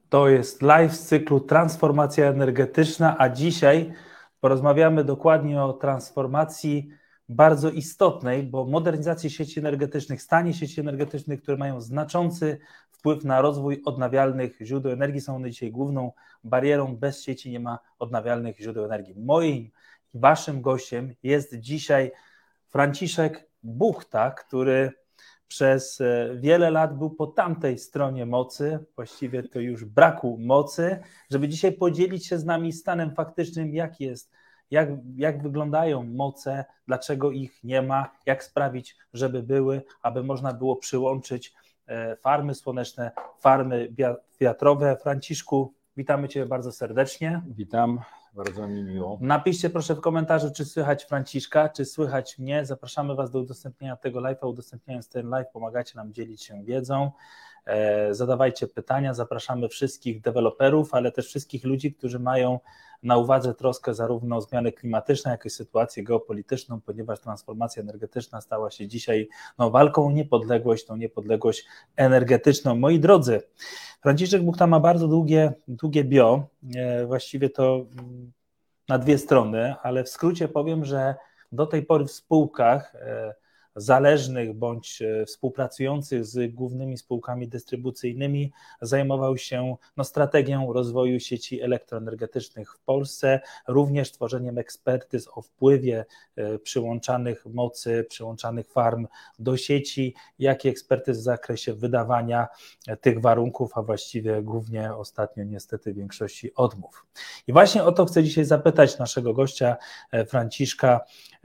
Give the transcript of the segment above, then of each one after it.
To jest live z cyklu Transformacja Energetyczna, a dzisiaj porozmawiamy dokładnie o transformacji bardzo istotnej, bo modernizacji sieci energetycznych, stanie sieci energetycznych, które mają znaczący wpływ na rozwój odnawialnych źródeł energii, są one dzisiaj główną barierą. Bez sieci nie ma odnawialnych źródeł energii. Moim i waszym gościem jest dzisiaj Franciszek Buchta, który przez wiele lat był po tamtej stronie mocy, właściwie to już braku mocy, żeby dzisiaj podzielić się z nami stanem faktycznym, jak jest, jak wyglądają moce, dlaczego ich nie ma, jak sprawić, żeby były, aby można było przyłączyć farmy słoneczne, farmy wiatrowe. Franciszku, witamy Cię bardzo serdecznie. Witam, bardzo mi miło. Napiszcie proszę w komentarzu, czy słychać Franciszka, czy słychać mnie. Zapraszamy Was do udostępnienia tego live'a. Udostępniając ten live pomagacie nam dzielić się wiedzą. Zadawajcie pytania, zapraszamy wszystkich deweloperów, ale też wszystkich ludzi, którzy mają na uwadze troskę zarówno o zmiany klimatyczne, jak i sytuację geopolityczną, ponieważ transformacja energetyczna stała się dzisiaj walką o niepodległość, tą niepodległość energetyczną. Moi drodzy, Franciszek Buchta ma bardzo długie bio, właściwie to na dwie strony, ale w skrócie powiem, że do tej pory w spółkach zależnych bądź współpracujących z głównymi spółkami dystrybucyjnymi zajmował się strategią rozwoju sieci elektroenergetycznych w Polsce, również tworzeniem ekspertyz o wpływie przyłączanych mocy, przyłączanych farm do sieci, jak i ekspertyz w zakresie wydawania tych warunków, a właściwie głównie ostatnio niestety w większości odmów. I właśnie o to chcę dzisiaj zapytać naszego gościa Franciszka,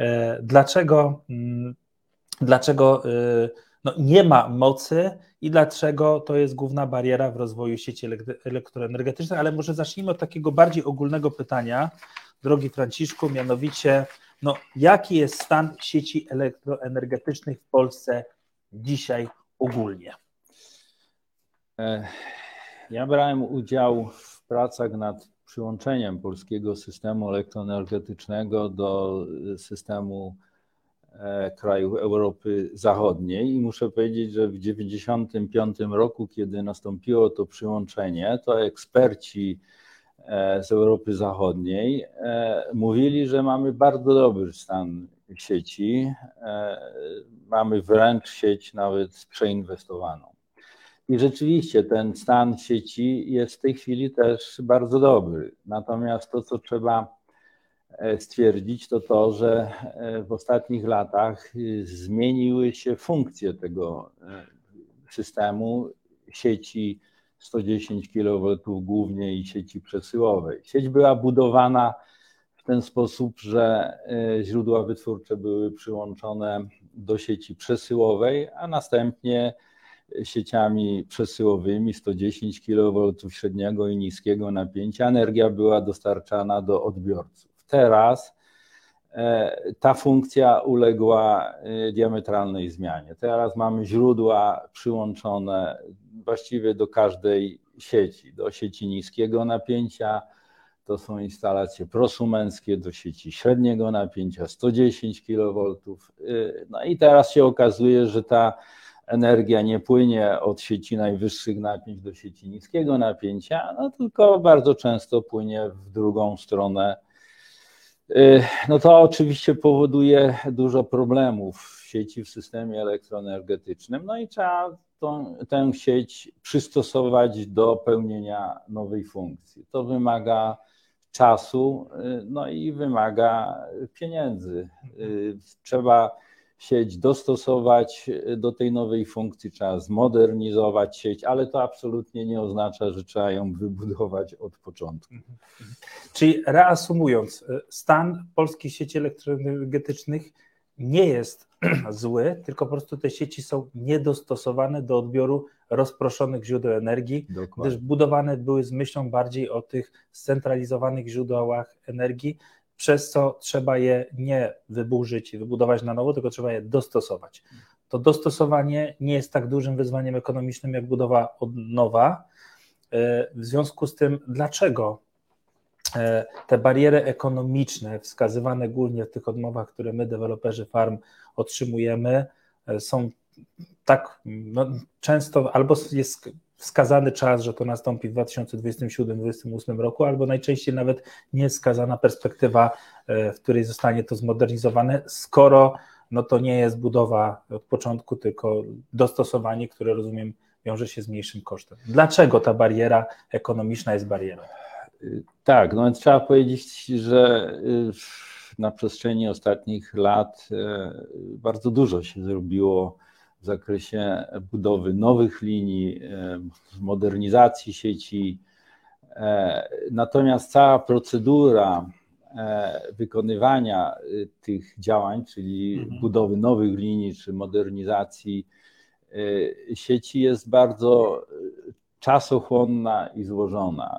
dlaczego nie ma mocy i dlaczego to jest główna bariera w rozwoju sieci elektroenergetycznych, ale może zacznijmy od takiego bardziej ogólnego pytania, drogi Franciszku, mianowicie, jaki jest stan sieci elektroenergetycznych w Polsce dzisiaj ogólnie? Ja brałem udział w pracach nad przyłączeniem polskiego systemu elektroenergetycznego do systemu krajów Europy Zachodniej i muszę powiedzieć, że w 1995 roku, kiedy nastąpiło to przyłączenie, to eksperci z Europy Zachodniej mówili, że mamy bardzo dobry stan sieci, mamy wręcz sieć nawet przeinwestowaną. I rzeczywiście ten stan sieci jest w tej chwili też bardzo dobry. Natomiast to, co trzeba stwierdzić, to, że w ostatnich latach zmieniły się funkcje tego systemu sieci 110 kV głównie i sieci przesyłowej. Sieć była budowana w ten sposób, że źródła wytwórcze były przyłączone do sieci przesyłowej, a następnie sieciami przesyłowymi 110 kV średniego i niskiego napięcia energia była dostarczana do odbiorców. Teraz ta funkcja uległa diametralnej zmianie. Teraz mamy źródła przyłączone właściwie do każdej sieci, do sieci niskiego napięcia, to są instalacje prosumenckie, do sieci średniego napięcia 110 kV. No i teraz się okazuje, że ta energia nie płynie od sieci najwyższych napięć do sieci niskiego napięcia, tylko bardzo często płynie w drugą stronę. To oczywiście powoduje dużo problemów w sieci, w systemie elektroenergetycznym, i trzeba tę sieć przystosować do pełnienia nowej funkcji. To wymaga czasu, i wymaga pieniędzy. Trzeba sieć dostosować do tej nowej funkcji, trzeba zmodernizować sieć, ale to absolutnie nie oznacza, że trzeba ją wybudować od początku. Czyli reasumując, stan polskich sieci elektroenergetycznych nie jest zły, tylko po prostu te sieci są niedostosowane do odbioru rozproszonych źródeł energii, Dokładnie. Gdyż budowane były z myślą bardziej o tych scentralizowanych źródłach energii, przez co trzeba je nie wyburzyć i wybudować na nowo, tylko trzeba je dostosować. To dostosowanie nie jest tak dużym wyzwaniem ekonomicznym jak budowa od nowa. W związku z tym, dlaczego te bariery ekonomiczne wskazywane głównie w tych odmowach, które my, deweloperzy farm, otrzymujemy, są tak, no, często albo jest wskazany czas, że to nastąpi w 2027-2028 roku, albo najczęściej nawet nie jest wskazana perspektywa, w której zostanie to zmodernizowane, skoro no to nie jest budowa od początku, tylko dostosowanie, które rozumiem wiąże się z mniejszym kosztem. Dlaczego ta bariera ekonomiczna jest barierą? Tak, no więc trzeba powiedzieć, że na przestrzeni ostatnich lat bardzo dużo się zrobiło w zakresie budowy nowych linii, modernizacji sieci. Natomiast cała procedura wykonywania tych działań, czyli budowy nowych linii czy modernizacji sieci jest bardzo czasochłonna i złożona.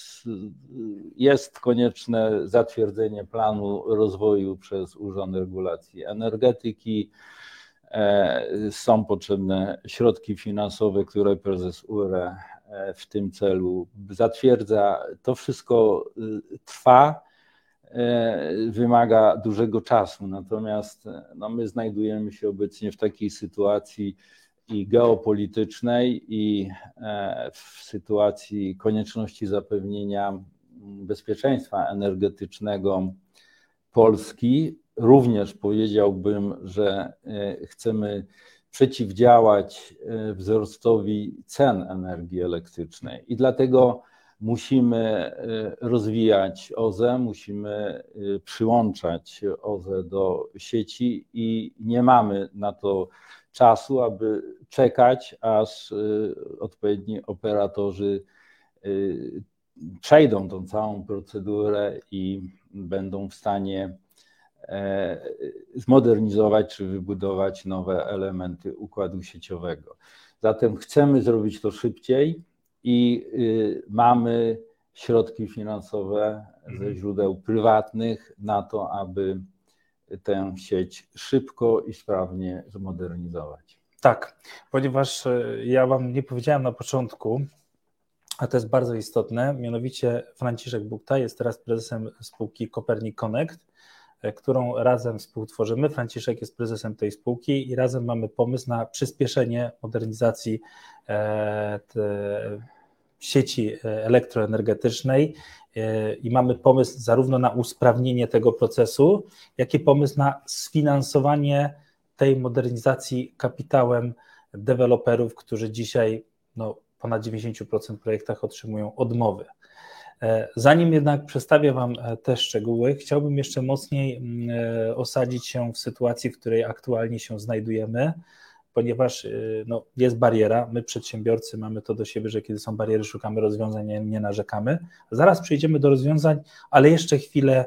Jest konieczne zatwierdzenie planu rozwoju przez Urząd Regulacji Energetyki. Są potrzebne środki finansowe, które prezes URE w tym celu zatwierdza. To wszystko trwa, wymaga dużego czasu, natomiast no, my znajdujemy się obecnie w takiej sytuacji i geopolitycznej, i w sytuacji konieczności zapewnienia bezpieczeństwa energetycznego Polski. Również powiedziałbym, że chcemy przeciwdziałać wzrostowi cen energii elektrycznej i dlatego musimy rozwijać OZE, musimy przyłączać OZE do sieci i nie mamy na to czasu, aby czekać, aż odpowiedni operatorzy przejdą tą całą procedurę i będą w stanie zmodernizować czy wybudować nowe elementy układu sieciowego. Zatem chcemy zrobić to szybciej i mamy środki finansowe ze źródeł prywatnych na to, aby tę sieć szybko i sprawnie zmodernizować. Tak, ponieważ ja Wam nie powiedziałem na początku, a to jest bardzo istotne, mianowicie Franciszek Bukta jest teraz prezesem spółki Copernic Connect, którą razem współtworzymy. Franciszek jest prezesem tej spółki i razem mamy pomysł na przyspieszenie modernizacji sieci elektroenergetycznej i mamy pomysł zarówno na usprawnienie tego procesu, jak i pomysł na sfinansowanie tej modernizacji kapitałem deweloperów, którzy dzisiaj no, ponad 90% projektach otrzymują odmowy. Zanim jednak przedstawię Wam te szczegóły, chciałbym jeszcze mocniej osadzić się w sytuacji, w której aktualnie się znajdujemy, ponieważ no, jest bariera, my przedsiębiorcy mamy to do siebie, że kiedy są bariery, szukamy rozwiązań, nie narzekamy. Zaraz przejdziemy do rozwiązań, ale jeszcze chwilę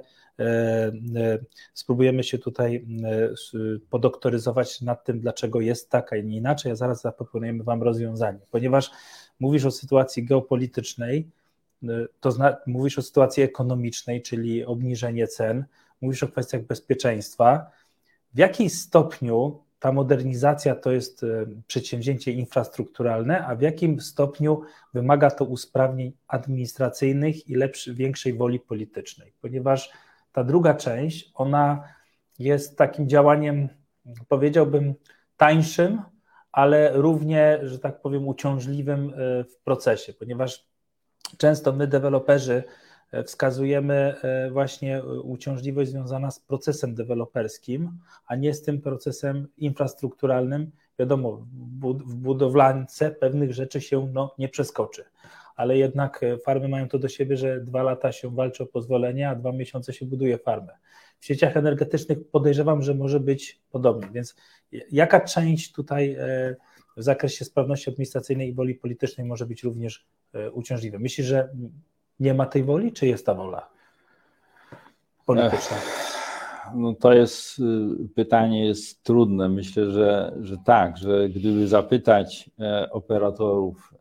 spróbujemy się tutaj podoktoryzować nad tym, dlaczego jest tak, a nie inaczej, a zaraz zaproponujemy Wam rozwiązanie, ponieważ mówisz o sytuacji geopolitycznej, mówisz o sytuacji ekonomicznej, czyli obniżenie cen, mówisz o kwestiach bezpieczeństwa. W jakim stopniu ta modernizacja to jest przedsięwzięcie infrastrukturalne, a w jakim stopniu wymaga to usprawnień administracyjnych i większej woli politycznej? Ponieważ ta druga część, ona jest takim działaniem, powiedziałbym, tańszym, ale równie, że tak powiem, uciążliwym w procesie, ponieważ często my, deweloperzy, wskazujemy właśnie uciążliwość związana z procesem deweloperskim, a nie z tym procesem infrastrukturalnym. Wiadomo, w budowlance pewnych rzeczy się nie przeskoczy, ale jednak farmy mają to do siebie, że 2 lata się walczy o pozwolenie, a 2 miesiące się buduje farmę. W sieciach energetycznych podejrzewam, że może być podobnie, więc jaka część tutaj w zakresie sprawności administracyjnej i woli politycznej może być również uciążliwa? Myślisz, że nie ma tej woli, czy jest ta wola polityczna? No to jest pytanie, jest trudne. Myślę, że tak, że gdyby zapytać operatorów,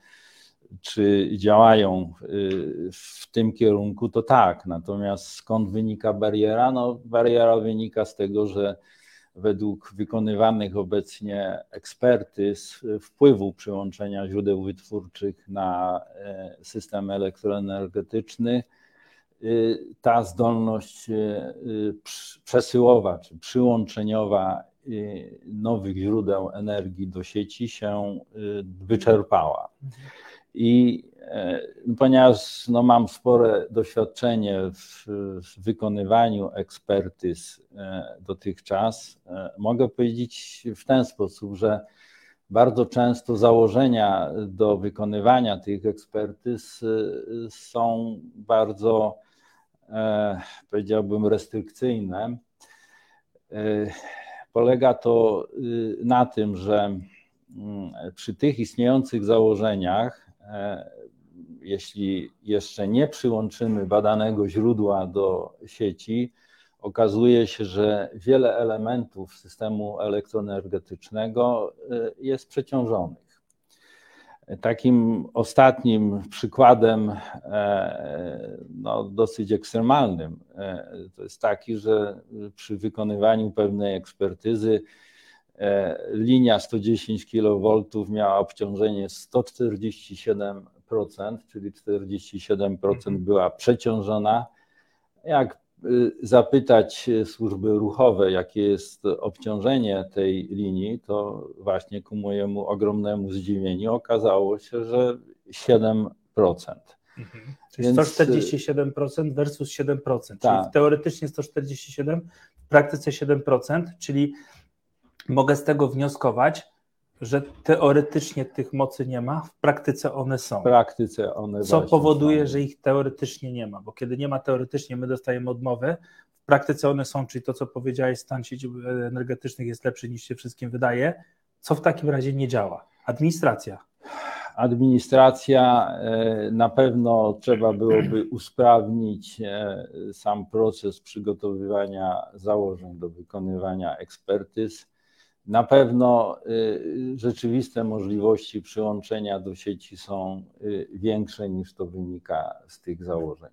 czy działają w tym kierunku, to tak. Natomiast skąd wynika bariera? No, bariera wynika z tego, że według wykonywanych obecnie ekspertyz wpływu przyłączenia źródeł wytwórczych na system elektroenergetyczny, ta zdolność przesyłowa czy przyłączeniowa nowych źródeł energii do sieci się wyczerpała. I ponieważ mam spore doświadczenie w wykonywaniu ekspertyz dotychczas, mogę powiedzieć w ten sposób, że bardzo często założenia do wykonywania tych ekspertyz są bardzo, powiedziałbym, restrykcyjne. Polega to na tym, że przy tych istniejących założeniach, jeśli jeszcze nie przyłączymy badanego źródła do sieci, okazuje się, że wiele elementów systemu elektroenergetycznego jest przeciążonych. Takim ostatnim przykładem, dosyć ekstremalnym, to jest taki, że przy wykonywaniu pewnej ekspertyzy linia 110 kV miała obciążenie 147%, czyli 47% była przeciążona. Jak zapytać służby ruchowe, jakie jest obciążenie tej linii, to właśnie ku mojemu ogromnemu zdziwieniu okazało się, że 7%. Czyli 147% versus 7%, tak. Czyli teoretycznie 147%, w praktyce 7%, czyli mogę z tego wnioskować, że teoretycznie tych mocy nie ma, w praktyce one są. W praktyce one co powoduje, że ich teoretycznie nie ma, bo kiedy nie ma teoretycznie, my dostajemy odmowę, w praktyce one są, czyli to, co powiedziałeś, stan sieci energetycznych jest lepszy niż się wszystkim wydaje. Co w takim razie nie działa? Administracja. Administracja, na pewno trzeba byłoby usprawnić sam proces przygotowywania założeń do wykonywania ekspertyz. Na pewno rzeczywiste możliwości przyłączenia do sieci są większe niż to wynika z tych założeń.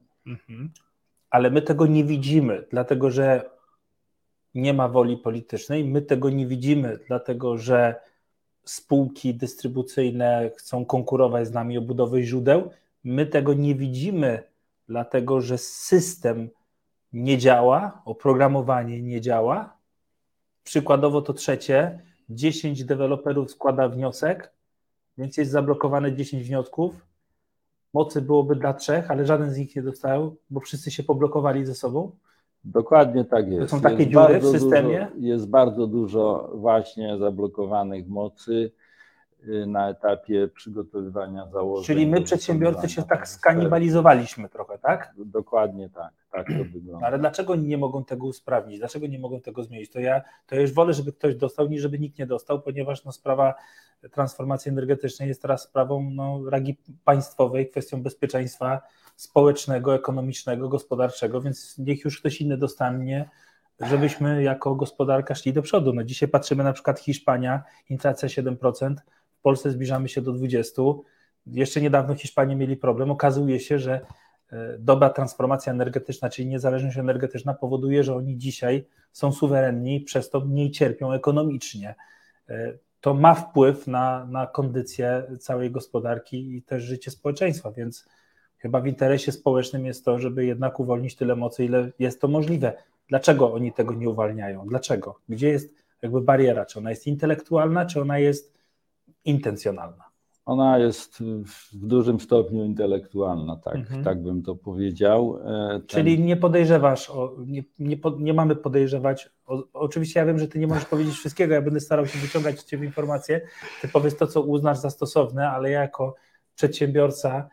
Ale my tego nie widzimy, dlatego że nie ma woli politycznej. My tego nie widzimy, dlatego że spółki dystrybucyjne chcą konkurować z nami o budowę źródeł. My tego nie widzimy, dlatego że system nie działa, oprogramowanie nie działa. Przykładowo to trzecie, 10 deweloperów składa wniosek, więc jest zablokowane 10 wniosków. Mocy byłoby dla 3, ale żaden z nich nie dostał, bo wszyscy się poblokowali ze sobą. Dokładnie tak jest. To są takie dziury w systemie? Jest bardzo dużo właśnie zablokowanych mocy na etapie przygotowywania założeń. Czyli my, przedsiębiorcy, się tak skanibalizowaliśmy trochę, tak? Dokładnie tak. Tak to wygląda. Ale dlaczego nie mogą tego usprawnić? Dlaczego nie mogą tego zmienić? To ja już wolę, żeby ktoś dostał, niż żeby nikt nie dostał, ponieważ sprawa transformacji energetycznej jest teraz sprawą ragi państwowej, kwestią bezpieczeństwa społecznego, ekonomicznego, gospodarczego, więc niech już ktoś inny dostanie, żebyśmy jako gospodarka szli do przodu. Dzisiaj patrzymy na przykład Hiszpania, inflacja 7%, w Polsce zbliżamy się do 20%. Jeszcze niedawno Hiszpanie mieli problem. Okazuje się, że dobra transformacja energetyczna, czyli niezależność energetyczna powoduje, że oni dzisiaj są suwerenni i przez to mniej cierpią ekonomicznie. To ma wpływ na kondycję całej gospodarki i też życie społeczeństwa, więc chyba w interesie społecznym jest to, żeby jednak uwolnić tyle mocy, ile jest to możliwe. Dlaczego oni tego nie uwalniają? Dlaczego? Gdzie jest bariera? Czy ona jest intelektualna, czy ona jest intencjonalna? Ona jest w dużym stopniu intelektualna, tak bym to powiedział. Czyli nie podejrzewasz, nie mamy podejrzewać, oczywiście ja wiem, że ty nie możesz powiedzieć wszystkiego, ja będę starał się wyciągać z ciebie informacje, ty powiedz to, co uznasz za stosowne, ale ja jako przedsiębiorca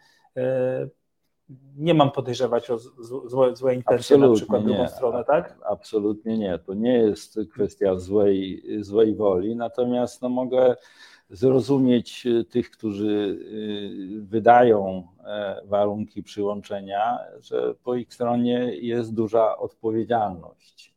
nie mam podejrzewać o złe intencje, na przykład drugą stronę, tak? Absolutnie nie, to nie jest kwestia złej woli, natomiast mogę zrozumieć tych, którzy wydają warunki przyłączenia, że po ich stronie jest duża odpowiedzialność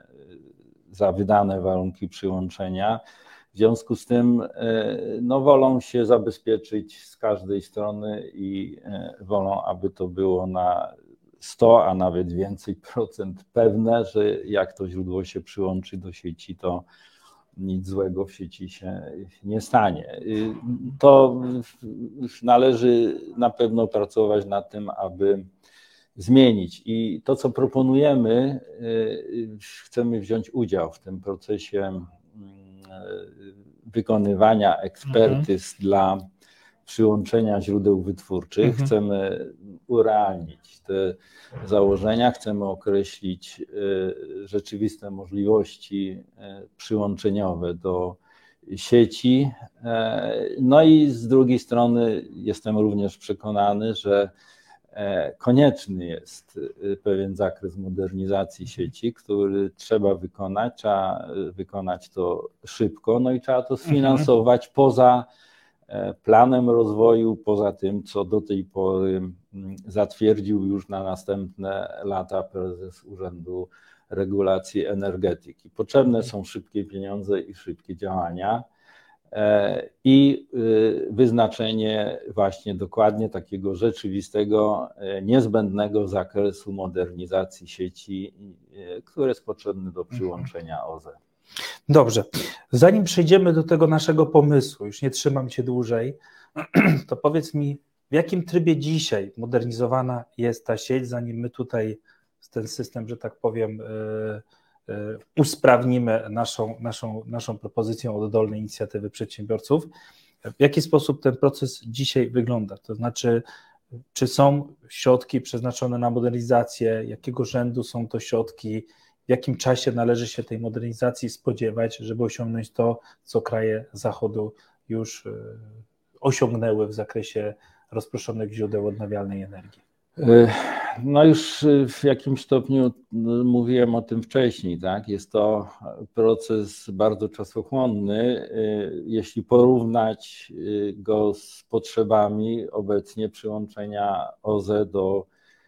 za wydane warunki przyłączenia. W związku z tym wolą się zabezpieczyć z każdej strony i wolą, aby to było na 100, a nawet więcej procent pewne, że jak to źródło się przyłączy do sieci, to nic złego w sieci się nie stanie. To należy na pewno pracować nad tym, aby zmienić. I to, co proponujemy, chcemy wziąć udział w tym procesie wykonywania ekspertyz dla przyłączenia źródeł wytwórczych. Chcemy urealnić te założenia, chcemy określić rzeczywiste możliwości przyłączeniowe do sieci. No i z drugiej strony jestem również przekonany, że konieczny jest pewien zakres modernizacji sieci, który trzeba wykonać to szybko, no i trzeba to sfinansować poza planem rozwoju, poza tym, co do tej pory zatwierdził już na następne lata prezes Urzędu Regulacji Energetyki. Potrzebne są szybkie pieniądze i szybkie działania i wyznaczenie właśnie dokładnie takiego rzeczywistego, niezbędnego zakresu modernizacji sieci, który jest potrzebny do przyłączenia OZE. Dobrze, zanim przejdziemy do tego naszego pomysłu, już nie trzymam Cię dłużej, to powiedz mi, w jakim trybie dzisiaj modernizowana jest ta sieć, zanim my tutaj ten system, że tak powiem, usprawnimy naszą propozycją oddolnej inicjatywy przedsiębiorców. W jaki sposób ten proces dzisiaj wygląda? To znaczy, czy są środki przeznaczone na modernizację, jakiego rzędu są to środki, w jakim czasie należy się tej modernizacji spodziewać, żeby osiągnąć to, co kraje Zachodu już osiągnęły w zakresie rozproszonych źródeł odnawialnej energii? No już w jakimś stopniu mówiłem o tym wcześniej, tak? Jest to proces bardzo czasochłonny. Jeśli porównać go z potrzebami obecnie przyłączenia OZE do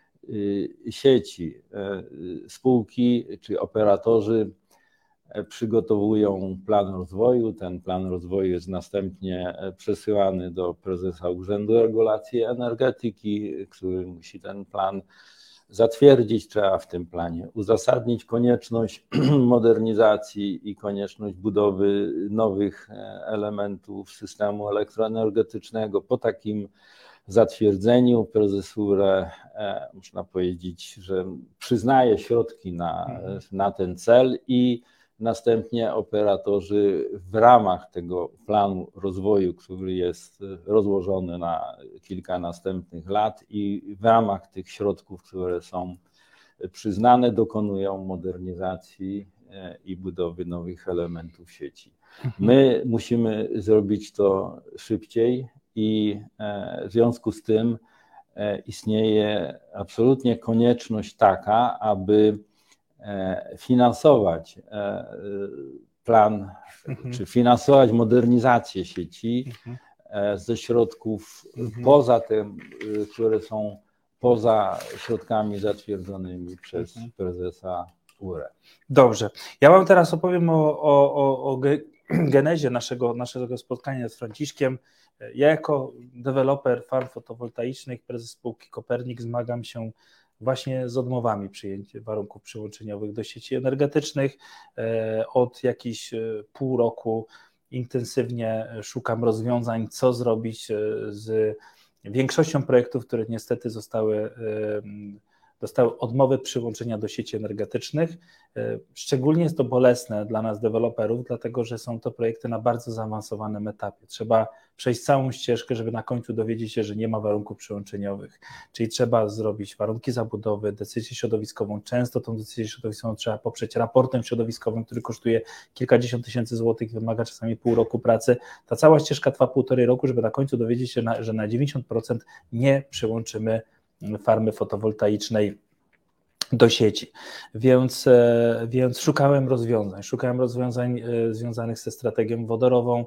sieci, spółki czy operatorzy przygotowują plan rozwoju. Ten plan rozwoju jest następnie przesyłany do prezesa Urzędu Regulacji Energetyki, który musi ten plan zatwierdzić. Trzeba w tym planie uzasadnić konieczność modernizacji i konieczność budowy nowych elementów systemu elektroenergetycznego. Po takim zatwierdzeniu prezes URE, można powiedzieć, że przyznaje środki na ten cel i następnie operatorzy w ramach tego planu rozwoju, który jest rozłożony na kilka następnych lat i w ramach tych środków, które są przyznane, dokonują modernizacji i budowy nowych elementów sieci. My musimy zrobić to szybciej i w związku z tym istnieje absolutnie konieczność taka, aby finansować plan, czy finansować modernizację sieci ze środków poza tym, które są poza środkami zatwierdzonymi przez prezesa URE. Dobrze. Ja wam teraz opowiem o genezie naszego spotkania z Franciszkiem. Ja jako deweloper farm fotowoltaicznych, prezes spółki Kopernik, zmagam się właśnie z odmowami przyjęcia warunków przyłączeniowych do sieci energetycznych. Od jakichś pół roku intensywnie szukam rozwiązań, co zrobić z większością projektów, które niestety dostały odmowę przyłączenia do sieci energetycznych. Szczególnie jest to bolesne dla nas deweloperów, dlatego że są to projekty na bardzo zaawansowanym etapie. Trzeba przejść całą ścieżkę, żeby na końcu dowiedzieć się, że nie ma warunków przyłączeniowych. Czyli trzeba zrobić warunki zabudowy, decyzję środowiskową. Często tą decyzję środowiskową trzeba poprzeć raportem środowiskowym, który kosztuje kilkadziesiąt tysięcy złotych, wymaga czasami pół roku pracy. Ta cała ścieżka trwa 1,5 roku, żeby na końcu dowiedzieć się, że na 90% nie przyłączymy farmy fotowoltaicznej do sieci. Więc szukałem rozwiązań związanych ze strategią wodorową,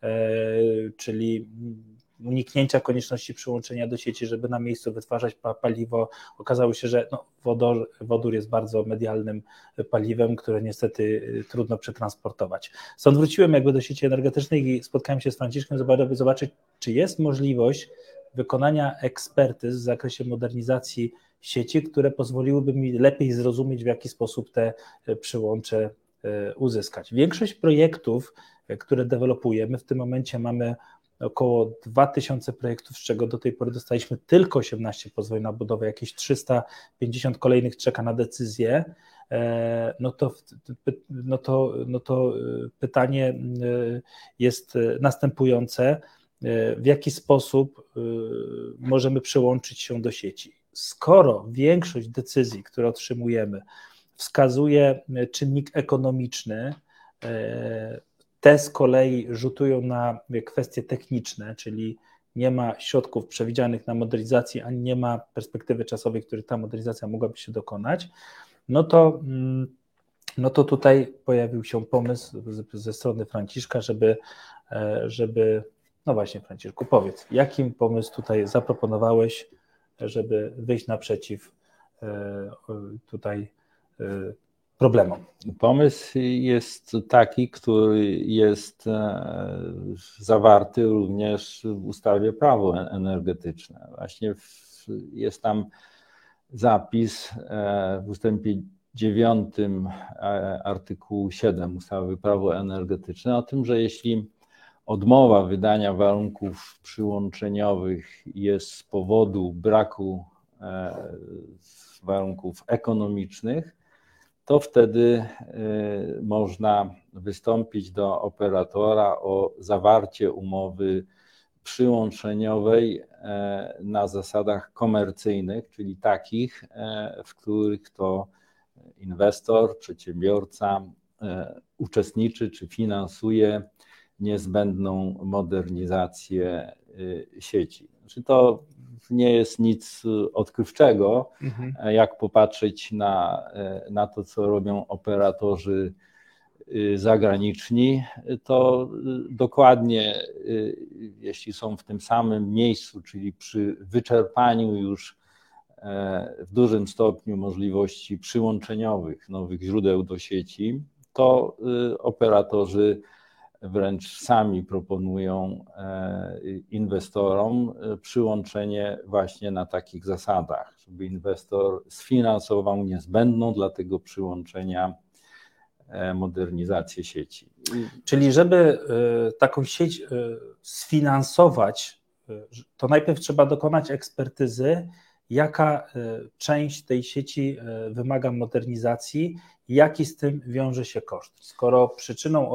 czyli uniknięcia konieczności przyłączenia do sieci, żeby na miejscu wytwarzać paliwo. Okazało się, że wodór jest bardzo medialnym paliwem, które niestety trudno przetransportować. Stąd wróciłem do sieci energetycznej i spotkałem się z Franciszkiem, żeby zobaczyć, czy jest możliwość wykonania ekspertyz w zakresie modernizacji sieci, które pozwoliłyby mi lepiej zrozumieć, w jaki sposób te przyłącze uzyskać. Większość projektów, które dewelopujemy, w tym momencie mamy około 2000 projektów, z czego do tej pory dostaliśmy tylko 18 pozwoleń na budowę, jakieś 350 kolejnych czeka na decyzję, no to pytanie jest następujące: w jaki sposób możemy przyłączyć się do sieci? Skoro większość decyzji, które otrzymujemy, wskazuje czynnik ekonomiczny, te z kolei rzutują na kwestie techniczne, czyli nie ma środków przewidzianych na modernizację, ani nie ma perspektywy czasowej, w której ta modernizacja mogłaby się dokonać, no to tutaj pojawił się pomysł ze strony Franciszka, żeby no właśnie, Franciszku, powiedz, jakim pomysł tutaj zaproponowałeś, żeby wyjść naprzeciw tutaj problemom? Pomysł jest taki, który jest zawarty również w ustawie Prawo energetyczne. Właśnie jest tam zapis w ustępie 9 artykułu 7 ustawy Prawo energetyczne o tym, że jeśli odmowa wydania warunków przyłączeniowych jest z powodu braku warunków ekonomicznych, to wtedy można wystąpić do operatora o zawarcie umowy przyłączeniowej na zasadach komercyjnych, czyli takich, w których to inwestor, przedsiębiorca uczestniczy czy finansuje niezbędną modernizację sieci. Znaczy to nie jest nic odkrywczego, jak popatrzeć na to, co robią operatorzy zagraniczni, to dokładnie, jeśli są w tym samym miejscu, czyli przy wyczerpaniu już w dużym stopniu możliwości przyłączeniowych nowych źródeł do sieci, to operatorzy wręcz sami proponują inwestorom przyłączenie właśnie na takich zasadach, żeby inwestor sfinansował niezbędną dla tego przyłączenia modernizację sieci. Czyli żeby taką sieć sfinansować, to najpierw trzeba dokonać ekspertyzy, jaka część tej sieci wymaga modernizacji i jaki z tym wiąże się koszt. Skoro przyczyną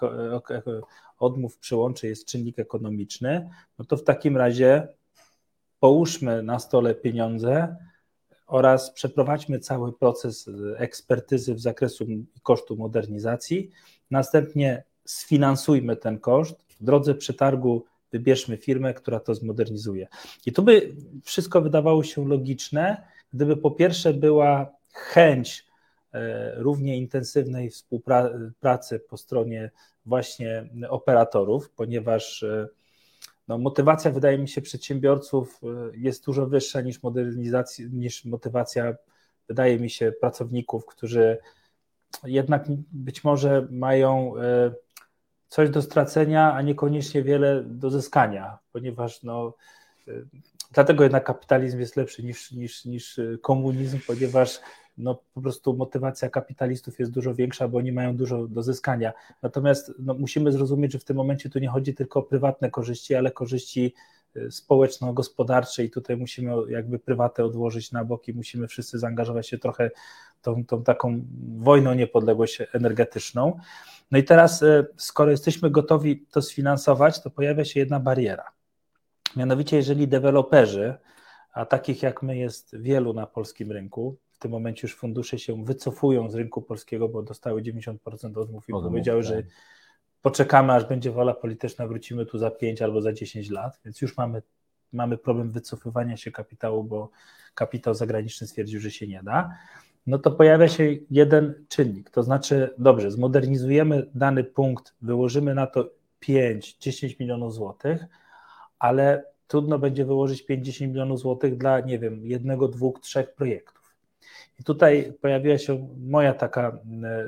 odmów przyłączy jest czynnik ekonomiczny, no to w takim razie połóżmy na stole pieniądze oraz przeprowadźmy cały proces ekspertyzy w zakresu kosztu modernizacji, następnie sfinansujmy ten koszt, w drodze przetargu wybierzmy firmę, która to zmodernizuje. I tu by wszystko wydawało się logiczne, gdyby po pierwsze była chęć równie intensywnej współpracy po stronie właśnie operatorów, ponieważ no, motywacja, wydaje mi się, przedsiębiorców jest dużo wyższa niż motywacja, wydaje mi się, pracowników, którzy jednak być może mają coś do stracenia, a niekoniecznie wiele do zyskania, ponieważ no, dlatego jednak kapitalizm jest lepszy niż komunizm, ponieważ no, po prostu motywacja kapitalistów jest dużo większa, bo oni mają dużo do zyskania. Natomiast no, musimy zrozumieć, że w tym momencie tu nie chodzi tylko o prywatne korzyści, ale korzyści społeczno-gospodarcze i tutaj musimy jakby prywatę odłożyć na bok i musimy wszyscy zaangażować się trochę tą taką wojną niepodległość energetyczną. No i teraz, skoro jesteśmy gotowi to sfinansować, to pojawia się jedna bariera. Mianowicie, jeżeli deweloperzy, a takich jak my jest wielu na polskim rynku, w tym momencie już fundusze się wycofują z rynku polskiego, bo dostały 90% odmów i powiedziały, że poczekamy, aż będzie wola polityczna, wrócimy tu za 5 albo za 10 lat, więc już mamy problem wycofywania się kapitału, bo kapitał zagraniczny stwierdził, że się nie da. No to pojawia się jeden czynnik, to znaczy, dobrze, zmodernizujemy dany punkt, wyłożymy na to 5-10 milionów złotych, ale trudno będzie wyłożyć 5-10 milionów złotych dla, nie wiem, 1, 2, 3 projektów. I tutaj pojawiła się moja taka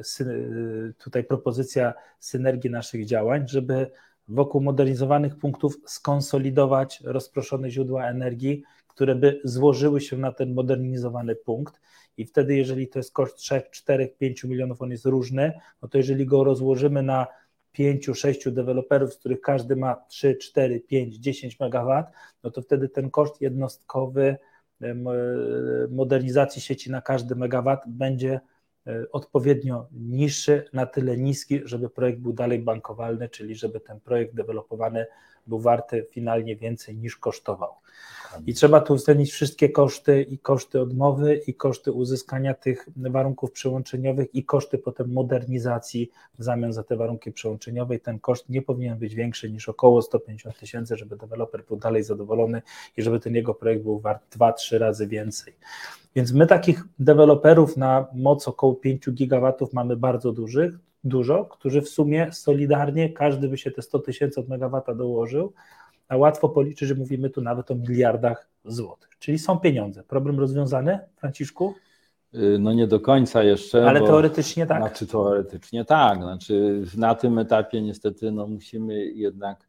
tutaj propozycja synergii naszych działań, żeby wokół modernizowanych punktów skonsolidować rozproszone źródła energii, które by złożyły się na ten modernizowany punkt i wtedy, jeżeli to jest koszt 3, 4, 5 milionów, on jest różny, no to jeżeli go rozłożymy na 5-6 deweloperów, z których każdy ma 3, 4, 5, 10 MW, no to wtedy ten koszt jednostkowy modernizacji sieci na każdy megawat będzie odpowiednio niższy, na tyle niski, żeby projekt był dalej bankowalny, czyli żeby ten projekt dewelopowany był warty finalnie więcej niż kosztował. I trzeba tu uwzględnić wszystkie koszty, i koszty odmowy, i koszty uzyskania tych warunków przyłączeniowych, i koszty potem modernizacji w zamian za te warunki przyłączeniowe. I ten koszt nie powinien być większy niż około 150 000, żeby deweloper był dalej zadowolony i żeby ten jego projekt był wart 2-3 razy więcej. Więc my takich deweloperów na moc około 5 gigawatów mamy bardzo dużo, którzy w sumie solidarnie, każdy by się te 100 000 od megawata dołożył, a łatwo policzyć, że mówimy tu nawet o miliardach złotych. Czyli są pieniądze. Problem rozwiązany, Franciszku? No nie do końca jeszcze. Ale teoretycznie tak. Znaczy teoretycznie tak. Znaczy na tym etapie niestety musimy jednak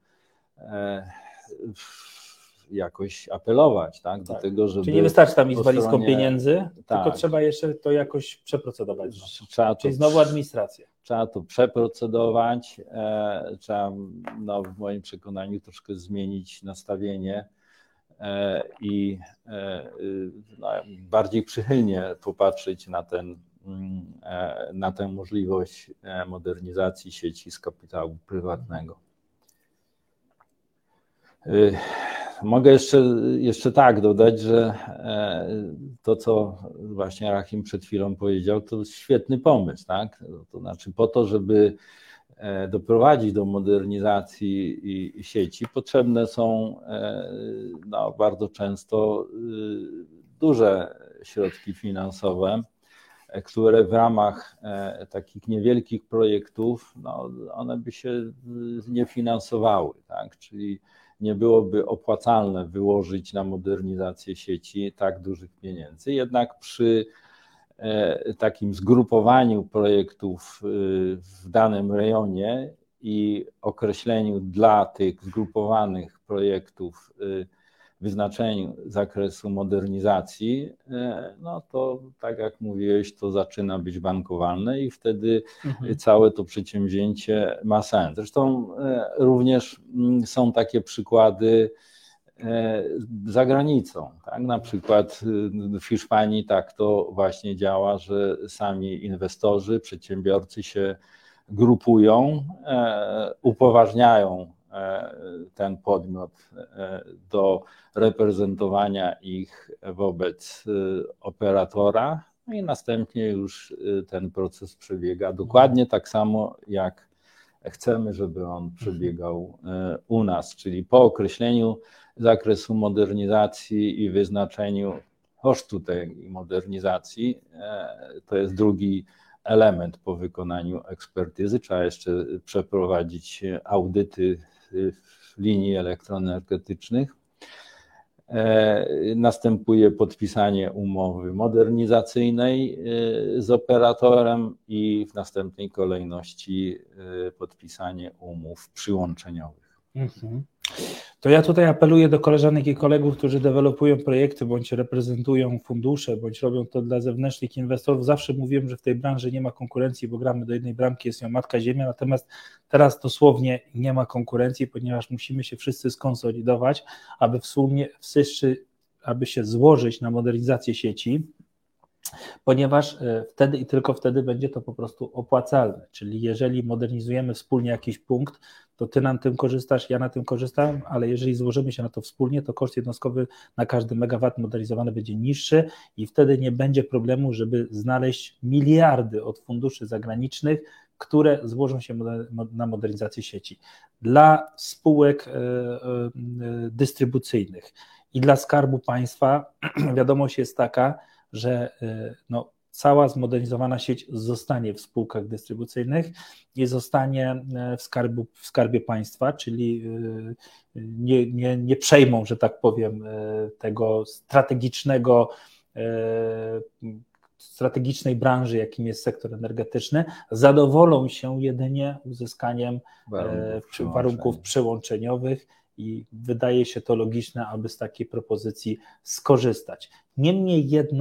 jakoś apelować, tak, do tego, żeby... Czyli nie wystarczy tam iść z walizką pieniędzy, tak, tylko trzeba jeszcze to jakoś przeprocedować. Czyli znowu administrację. Trzeba to przeprocedować, trzeba w moim przekonaniu troszkę zmienić nastawienie i bardziej przychylnie popatrzeć na tę możliwość modernizacji sieci z kapitału prywatnego. Mogę jeszcze tak dodać, że to, co właśnie Rahim przed chwilą powiedział, to świetny pomysł, tak? To znaczy po to, żeby doprowadzić do modernizacji sieci, potrzebne są bardzo często duże środki finansowe, które w ramach takich niewielkich projektów, one by się nie finansowały, tak? Czyli nie byłoby opłacalne wyłożyć na modernizację sieci tak dużych pieniędzy. Jednak przy takim zgrupowaniu projektów w danym rejonie i określeniu dla tych zgrupowanych projektów wyznaczeniu zakresu modernizacji, to tak jak mówiłeś, to zaczyna być bankowalne i wtedy całe to przedsięwzięcie ma sens. Zresztą również są takie przykłady za granicą. Tak? Na przykład w Hiszpanii tak to właśnie działa, że sami inwestorzy, przedsiębiorcy się grupują, upoważniają ten podmiot do reprezentowania ich wobec operatora, i następnie już ten proces przebiega dokładnie tak samo, jak chcemy, żeby on przebiegał u nas, czyli po określeniu zakresu modernizacji i wyznaczeniu kosztu tej modernizacji, to jest drugi element po wykonaniu ekspertyzy. Trzeba jeszcze przeprowadzić audyty linii elektroenergetycznych. Następuje podpisanie umowy modernizacyjnej z operatorem i w następnej kolejności podpisanie umów przyłączeniowych. To ja tutaj apeluję do koleżanek i kolegów, którzy dewelopują projekty, bądź reprezentują fundusze, bądź robią to dla zewnętrznych inwestorów. Zawsze mówiłem, że w tej branży nie ma konkurencji, bo gramy do jednej bramki, jest nią Matka Ziemia, natomiast teraz dosłownie nie ma konkurencji, ponieważ musimy się wszyscy skonsolidować, aby się złożyć na modernizację sieci, ponieważ wtedy i tylko wtedy będzie to po prostu opłacalne, czyli jeżeli modernizujemy wspólnie jakiś punkt, to ty na tym korzystasz, ja na tym korzystam, ale jeżeli złożymy się na to wspólnie, to koszt jednostkowy na każdy megawat modernizowany będzie niższy i wtedy nie będzie problemu, żeby znaleźć miliardy od funduszy zagranicznych, które złożą się na modernizację sieci. Dla spółek dystrybucyjnych i dla Skarbu Państwa wiadomość jest taka, że cała zmodernizowana sieć zostanie w spółkach dystrybucyjnych i zostanie w Skarbie Państwa, czyli nie przejmą, że tak powiem, tego strategicznej branży, jakim jest sektor energetyczny, zadowolą się jedynie uzyskaniem warunków przyłączeniowych i wydaje się to logiczne, aby z takiej propozycji skorzystać. Niemniej jednak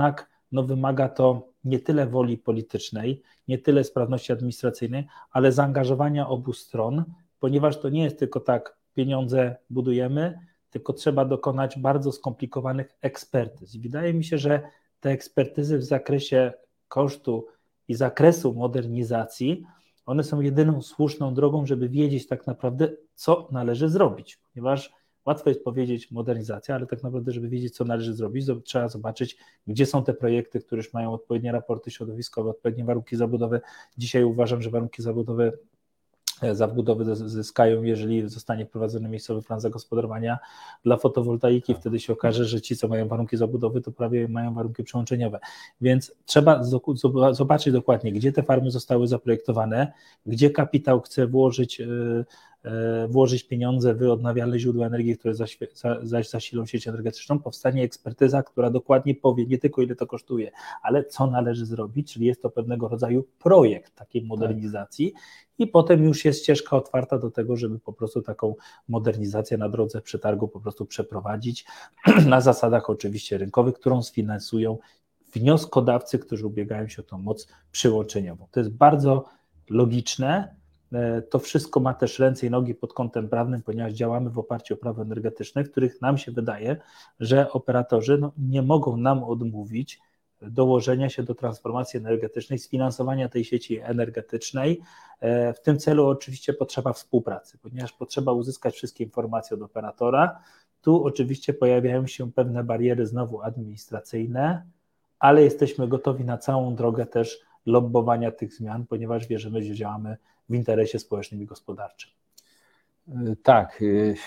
no wymaga to nie tyle woli politycznej, nie tyle sprawności administracyjnej, ale zaangażowania obu stron, ponieważ to nie jest tylko tak, pieniądze budujemy, tylko trzeba dokonać bardzo skomplikowanych ekspertyz. I wydaje mi się, że te ekspertyzy w zakresie kosztu i zakresu modernizacji, one są jedyną słuszną drogą, żeby wiedzieć tak naprawdę, co należy zrobić, ponieważ łatwo jest powiedzieć modernizacja, ale tak naprawdę, żeby wiedzieć, co należy zrobić, trzeba zobaczyć, gdzie są te projekty, które już mają odpowiednie raporty środowiskowe, odpowiednie warunki zabudowy. Dzisiaj uważam, że warunki zabudowy zyskają, jeżeli zostanie wprowadzony miejscowy plan zagospodarowania dla fotowoltaiki. Wtedy się okaże, że ci, co mają warunki zabudowy, to prawie mają warunki przyłączeniowe. Więc trzeba zobaczyć dokładnie, gdzie te farmy zostały zaprojektowane, gdzie kapitał chce włożyć pieniądze w odnawialne źródła energii, które zaś zasilą sieć energetyczną. Powstanie ekspertyza, która dokładnie powie nie tylko, ile to kosztuje, ale co należy zrobić, czyli jest to pewnego rodzaju projekt takiej modernizacji i potem już jest ścieżka otwarta do tego, żeby po prostu taką modernizację na drodze przetargu po prostu przeprowadzić na zasadach oczywiście rynkowych, którą sfinansują wnioskodawcy, którzy ubiegają się o tą moc przyłączeniową. To jest bardzo logiczne. To wszystko ma też ręce i nogi pod kątem prawnym, ponieważ działamy w oparciu o prawo energetyczne, w których nam się wydaje, że operatorzy nie mogą nam odmówić dołożenia się do transformacji energetycznej, sfinansowania tej sieci energetycznej. W tym celu oczywiście potrzeba współpracy, ponieważ potrzeba uzyskać wszystkie informacje od operatora. Tu oczywiście pojawiają się pewne bariery znowu administracyjne, ale jesteśmy gotowi na całą drogę też lobbowania tych zmian, ponieważ wierzymy, że działamy w interesie społecznym i gospodarczym. Tak,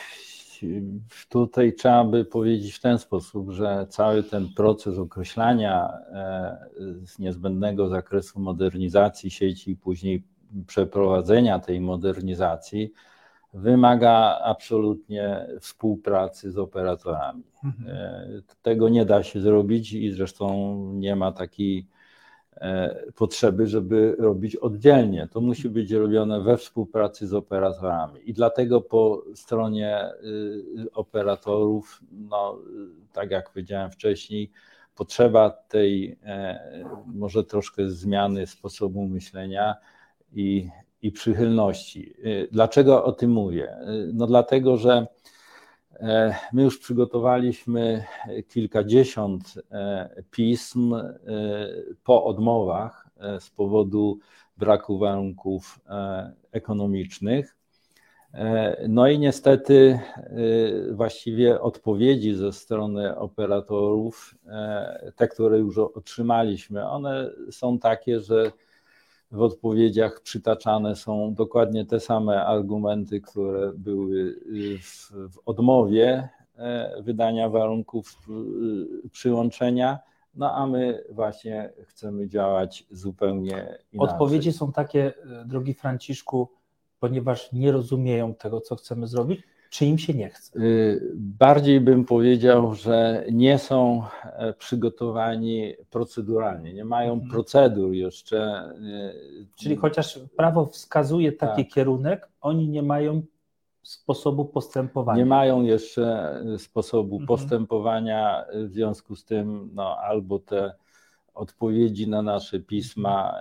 tutaj trzeba by powiedzieć w ten sposób, że cały ten proces określania niezbędnego zakresu modernizacji sieci i później przeprowadzenia tej modernizacji wymaga absolutnie współpracy z operatorami. Tego nie da się zrobić i zresztą nie ma takiej potrzeby, żeby robić oddzielnie. To musi być robione we współpracy z operatorami i dlatego po stronie operatorów, no, tak jak powiedziałem wcześniej, potrzeba tej może troszkę zmiany sposobu myślenia i przychylności. Dlaczego o tym mówię? No dlatego, że my już przygotowaliśmy kilkadziesiąt pism po odmowach z powodu braku warunków ekonomicznych. No i niestety właściwie odpowiedzi ze strony operatorów, te, które już otrzymaliśmy, one są takie, że w odpowiedziach przytaczane są dokładnie te same argumenty, które były w odmowie wydania warunków przyłączenia, no a my właśnie chcemy działać zupełnie inaczej. Odpowiedzi są takie, drogi Franciszku, ponieważ nie rozumieją tego, co chcemy zrobić, czy im się nie chce? Bardziej bym powiedział, że nie są przygotowani proceduralnie, nie mają procedur jeszcze. Czyli chociaż prawo wskazuje taki kierunek, oni nie mają sposobu postępowania. Nie mają jeszcze sposobu postępowania, w związku z tym no, albo te odpowiedzi na nasze pisma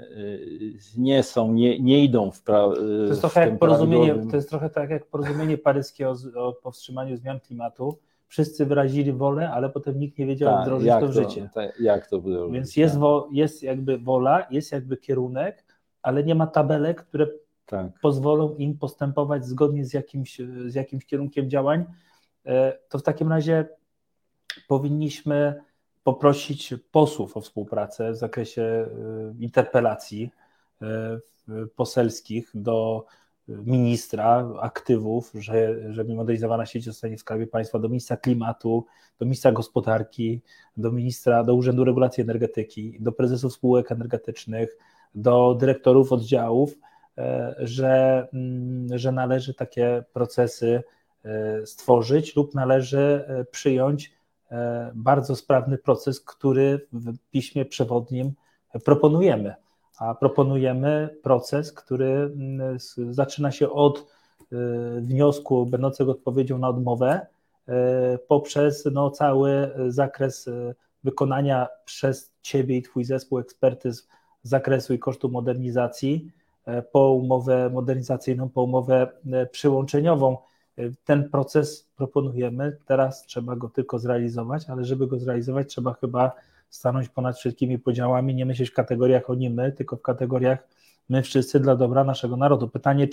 nie idą w prawo. To jest trochę tak jak porozumienie paryskie o powstrzymaniu zmian klimatu. Wszyscy wyrazili wolę, ale potem nikt nie wiedział, jak wdrożyć to w życie. Jak to wdrożyć? Więc jest jakby wola, jest jakby kierunek, ale nie ma tabelek, które pozwolą im postępować zgodnie z jakimś kierunkiem działań. To w takim razie powinniśmy poprosić posłów o współpracę w zakresie interpelacji poselskich do ministra aktywów, żeby modernizowana sieć zostanie w Skarbie Państwa, do ministra klimatu, do ministra gospodarki, do Urzędu Regulacji Energetyki, do prezesów spółek energetycznych, do dyrektorów oddziałów, że należy takie procesy stworzyć lub należy przyjąć bardzo sprawny proces, który w piśmie przewodnim proponujemy. A proponujemy proces, który zaczyna się od wniosku będącego odpowiedzią na odmowę poprzez cały zakres wykonania przez Ciebie i Twój zespół ekspertyz z zakresu i kosztu modernizacji, po umowę modernizacyjną, po umowę przyłączeniową. Ten proces proponujemy, teraz trzeba go tylko zrealizować, ale żeby go zrealizować, trzeba chyba stanąć ponad wszystkimi podziałami, nie myśleć w kategoriach oni, my, tylko w kategoriach my wszyscy dla dobra naszego narodu. Pytanie,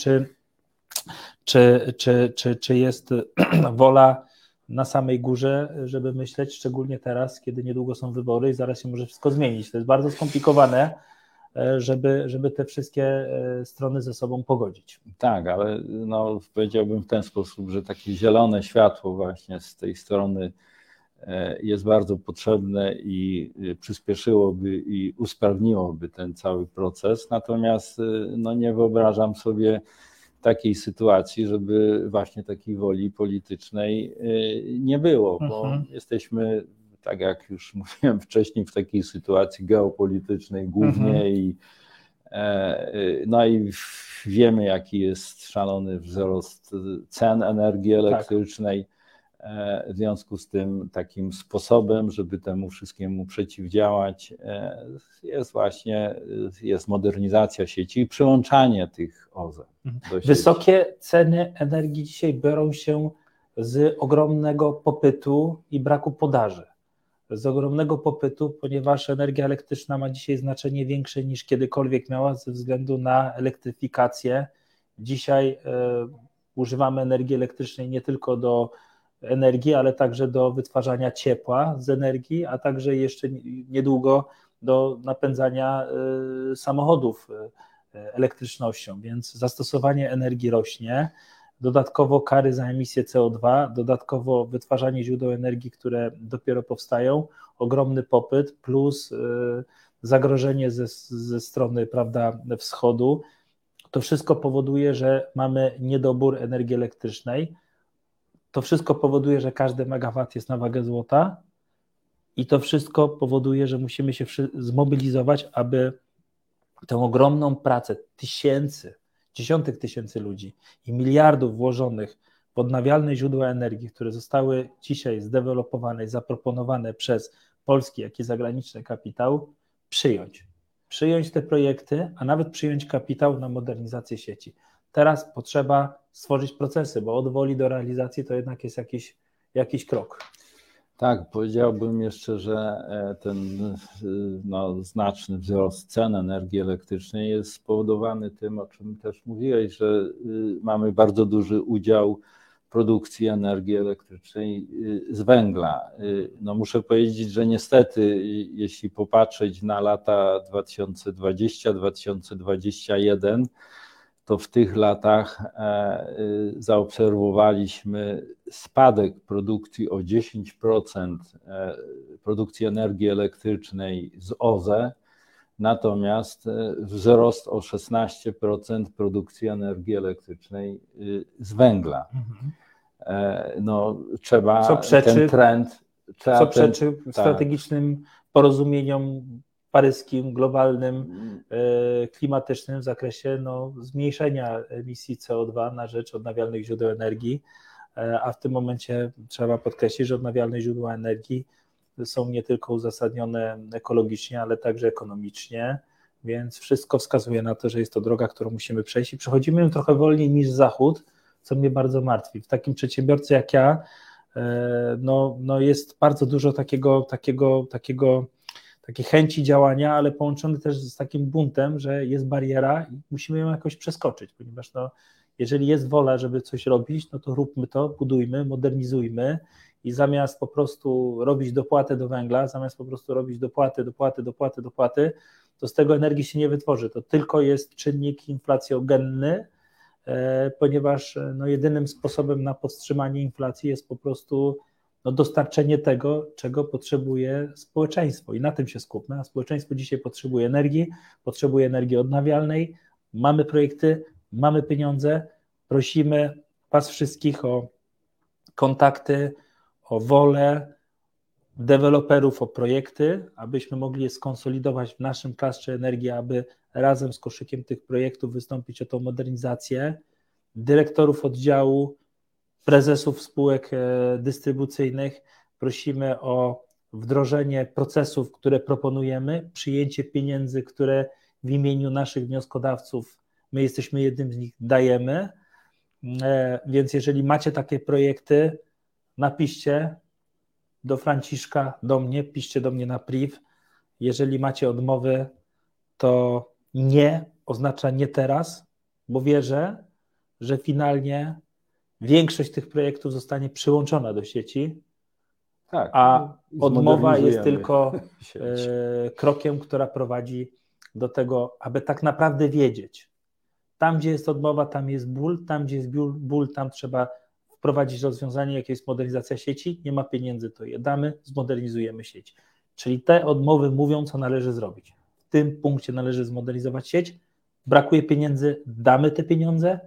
czy jest wola na samej górze, żeby myśleć, szczególnie teraz, kiedy niedługo są wybory i zaraz się może wszystko zmienić. To jest bardzo skomplikowane, żeby te wszystkie strony ze sobą pogodzić. Tak, ale no, powiedziałbym w ten sposób, że takie zielone światło właśnie z tej strony jest bardzo potrzebne i przyspieszyłoby i usprawniłoby ten cały proces. Natomiast no, nie wyobrażam sobie takiej sytuacji, żeby właśnie takiej woli politycznej nie było, bo jesteśmy, tak jak już mówiłem wcześniej, w takiej sytuacji geopolitycznej głównie no i wiemy, jaki jest szalony wzrost cen energii elektrycznej. W związku z tym takim sposobem, żeby temu wszystkiemu przeciwdziałać, jest modernizacja sieci i przyłączanie tych OZE do sieci. Wysokie ceny energii dzisiaj biorą się z ogromnego popytu i braku podaży. Z ogromnego popytu, ponieważ energia elektryczna ma dzisiaj znaczenie większe niż kiedykolwiek miała ze względu na elektryfikację. Dzisiaj używamy energii elektrycznej nie tylko do energii, ale także do wytwarzania ciepła z energii, a także jeszcze niedługo do napędzania samochodów elektrycznością, więc zastosowanie energii rośnie, dodatkowo kary za emisję CO2, dodatkowo wytwarzanie źródeł energii, które dopiero powstają, ogromny popyt plus zagrożenie ze strony, prawda, wschodu. To wszystko powoduje, że mamy niedobór energii elektrycznej. To wszystko powoduje, że każdy megawat jest na wagę złota i to wszystko powoduje, że musimy się zmobilizować, aby tę ogromną pracę dziesiątek tysięcy ludzi i miliardów włożonych w odnawialne źródła energii, które zostały dzisiaj zdevelopowane i zaproponowane przez polski, jak i zagraniczny kapitał, przyjąć te projekty, a nawet przyjąć kapitał na modernizację sieci. Teraz potrzeba stworzyć procesy, bo od woli do realizacji to jednak jest jakiś krok. Tak, powiedziałbym jeszcze, że ten znaczny wzrost cen energii elektrycznej jest spowodowany tym, o czym też mówiłeś, że mamy bardzo duży udział produkcji energii elektrycznej z węgla. No muszę powiedzieć, że niestety, jeśli popatrzeć na lata 2020-2021, to w tych latach zaobserwowaliśmy spadek produkcji o 10% produkcji energii elektrycznej z OZE, natomiast wzrost o 16% produkcji energii elektrycznej z węgla. No, trzeba ten trend... Co przeczy strategicznym porozumieniom paryskim, globalnym, klimatycznym w zakresie zmniejszenia emisji CO2 na rzecz odnawialnych źródeł energii, a w tym momencie trzeba podkreślić, że odnawialne źródła energii są nie tylko uzasadnione ekologicznie, ale także ekonomicznie, więc wszystko wskazuje na to, że jest to droga, którą musimy przejść i przechodzimy ją trochę wolniej niż Zachód, co mnie bardzo martwi. W takim przedsiębiorcy jak ja jest bardzo dużo takiej chęci działania, ale połączony też z takim buntem, że jest bariera i musimy ją jakoś przeskoczyć, ponieważ jeżeli jest wola, żeby coś robić, no to róbmy to, budujmy, modernizujmy i zamiast po prostu robić dopłatę do węgla, zamiast po prostu robić dopłaty, to z tego energii się nie wytworzy. To tylko jest czynnik inflacjogenny, ponieważ jedynym sposobem na powstrzymanie inflacji jest po prostu dostarczenie tego, czego potrzebuje społeczeństwo i na tym się skupmy, a społeczeństwo dzisiaj potrzebuje energii odnawialnej, mamy projekty, mamy pieniądze, prosimy Was wszystkich o kontakty, o wolę deweloperów, o projekty, abyśmy mogli je skonsolidować w naszym klastrze energii, aby razem z koszykiem tych projektów wystąpić o tą modernizację, dyrektorów oddziału, prezesów spółek dystrybucyjnych prosimy o wdrożenie procesów, które proponujemy, przyjęcie pieniędzy, które w imieniu naszych wnioskodawców, my jesteśmy jednym z nich, dajemy. Więc jeżeli macie takie projekty, napiszcie do Franciszka, do mnie, piszcie do mnie na priv. Jeżeli macie odmowy, to nie oznacza nie teraz, bo wierzę, że finalnie większość tych projektów zostanie przyłączona do sieci, tak, a odmowa jest zmodernizujemy tylko sieć. krokiem, która prowadzi do tego, aby tak naprawdę wiedzieć. Tam, gdzie jest odmowa, tam jest ból, tam, gdzie jest ból, tam trzeba wprowadzić rozwiązanie, jakie jest modernizacja sieci, nie ma pieniędzy, to je damy, zmodernizujemy sieć. Czyli te odmowy mówią, co należy zrobić. W tym punkcie należy zmodernizować sieć, brakuje pieniędzy, damy te pieniądze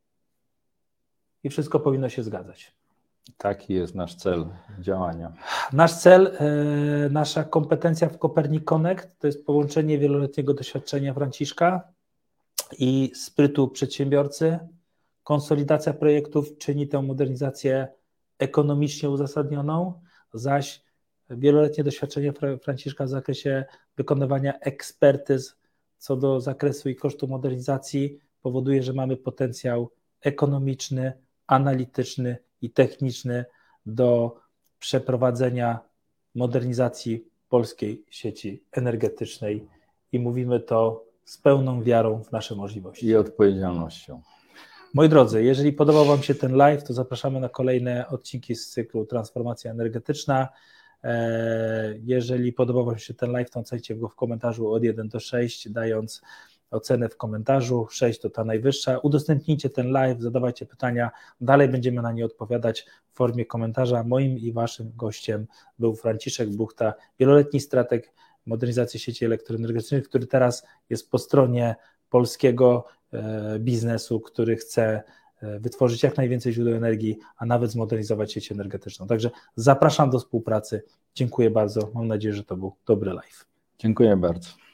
i wszystko powinno się zgadzać. Taki jest nasz cel działania. Nasz cel, nasza kompetencja w Copernic Connect to jest połączenie wieloletniego doświadczenia Franciszka i sprytu przedsiębiorcy. Konsolidacja projektów czyni tę modernizację ekonomicznie uzasadnioną, zaś wieloletnie doświadczenie Franciszka w zakresie wykonywania ekspertyz co do zakresu i kosztu modernizacji powoduje, że mamy potencjał ekonomiczny, analityczny i techniczny do przeprowadzenia modernizacji polskiej sieci energetycznej i mówimy to z pełną wiarą w nasze możliwości. I odpowiedzialnością. Moi drodzy, jeżeli podobał Wam się ten live, to zapraszamy na kolejne odcinki z cyklu Transformacja Energetyczna. Jeżeli podobał Wam się ten live, to ocencie go w komentarzu od 1 do 6, dając ocenę w komentarzu, 6 to ta najwyższa. Udostępnijcie ten live, zadawajcie pytania, dalej będziemy na nie odpowiadać w formie komentarza. Moim i Waszym gościem był Franciszek Buchta, wieloletni strateg modernizacji sieci elektroenergetycznych, który teraz jest po stronie polskiego biznesu, który chce wytworzyć jak najwięcej źródeł energii, a nawet zmodernizować sieć energetyczną. Także zapraszam do współpracy. Dziękuję bardzo. Mam nadzieję, że to był dobry live. Dziękuję bardzo.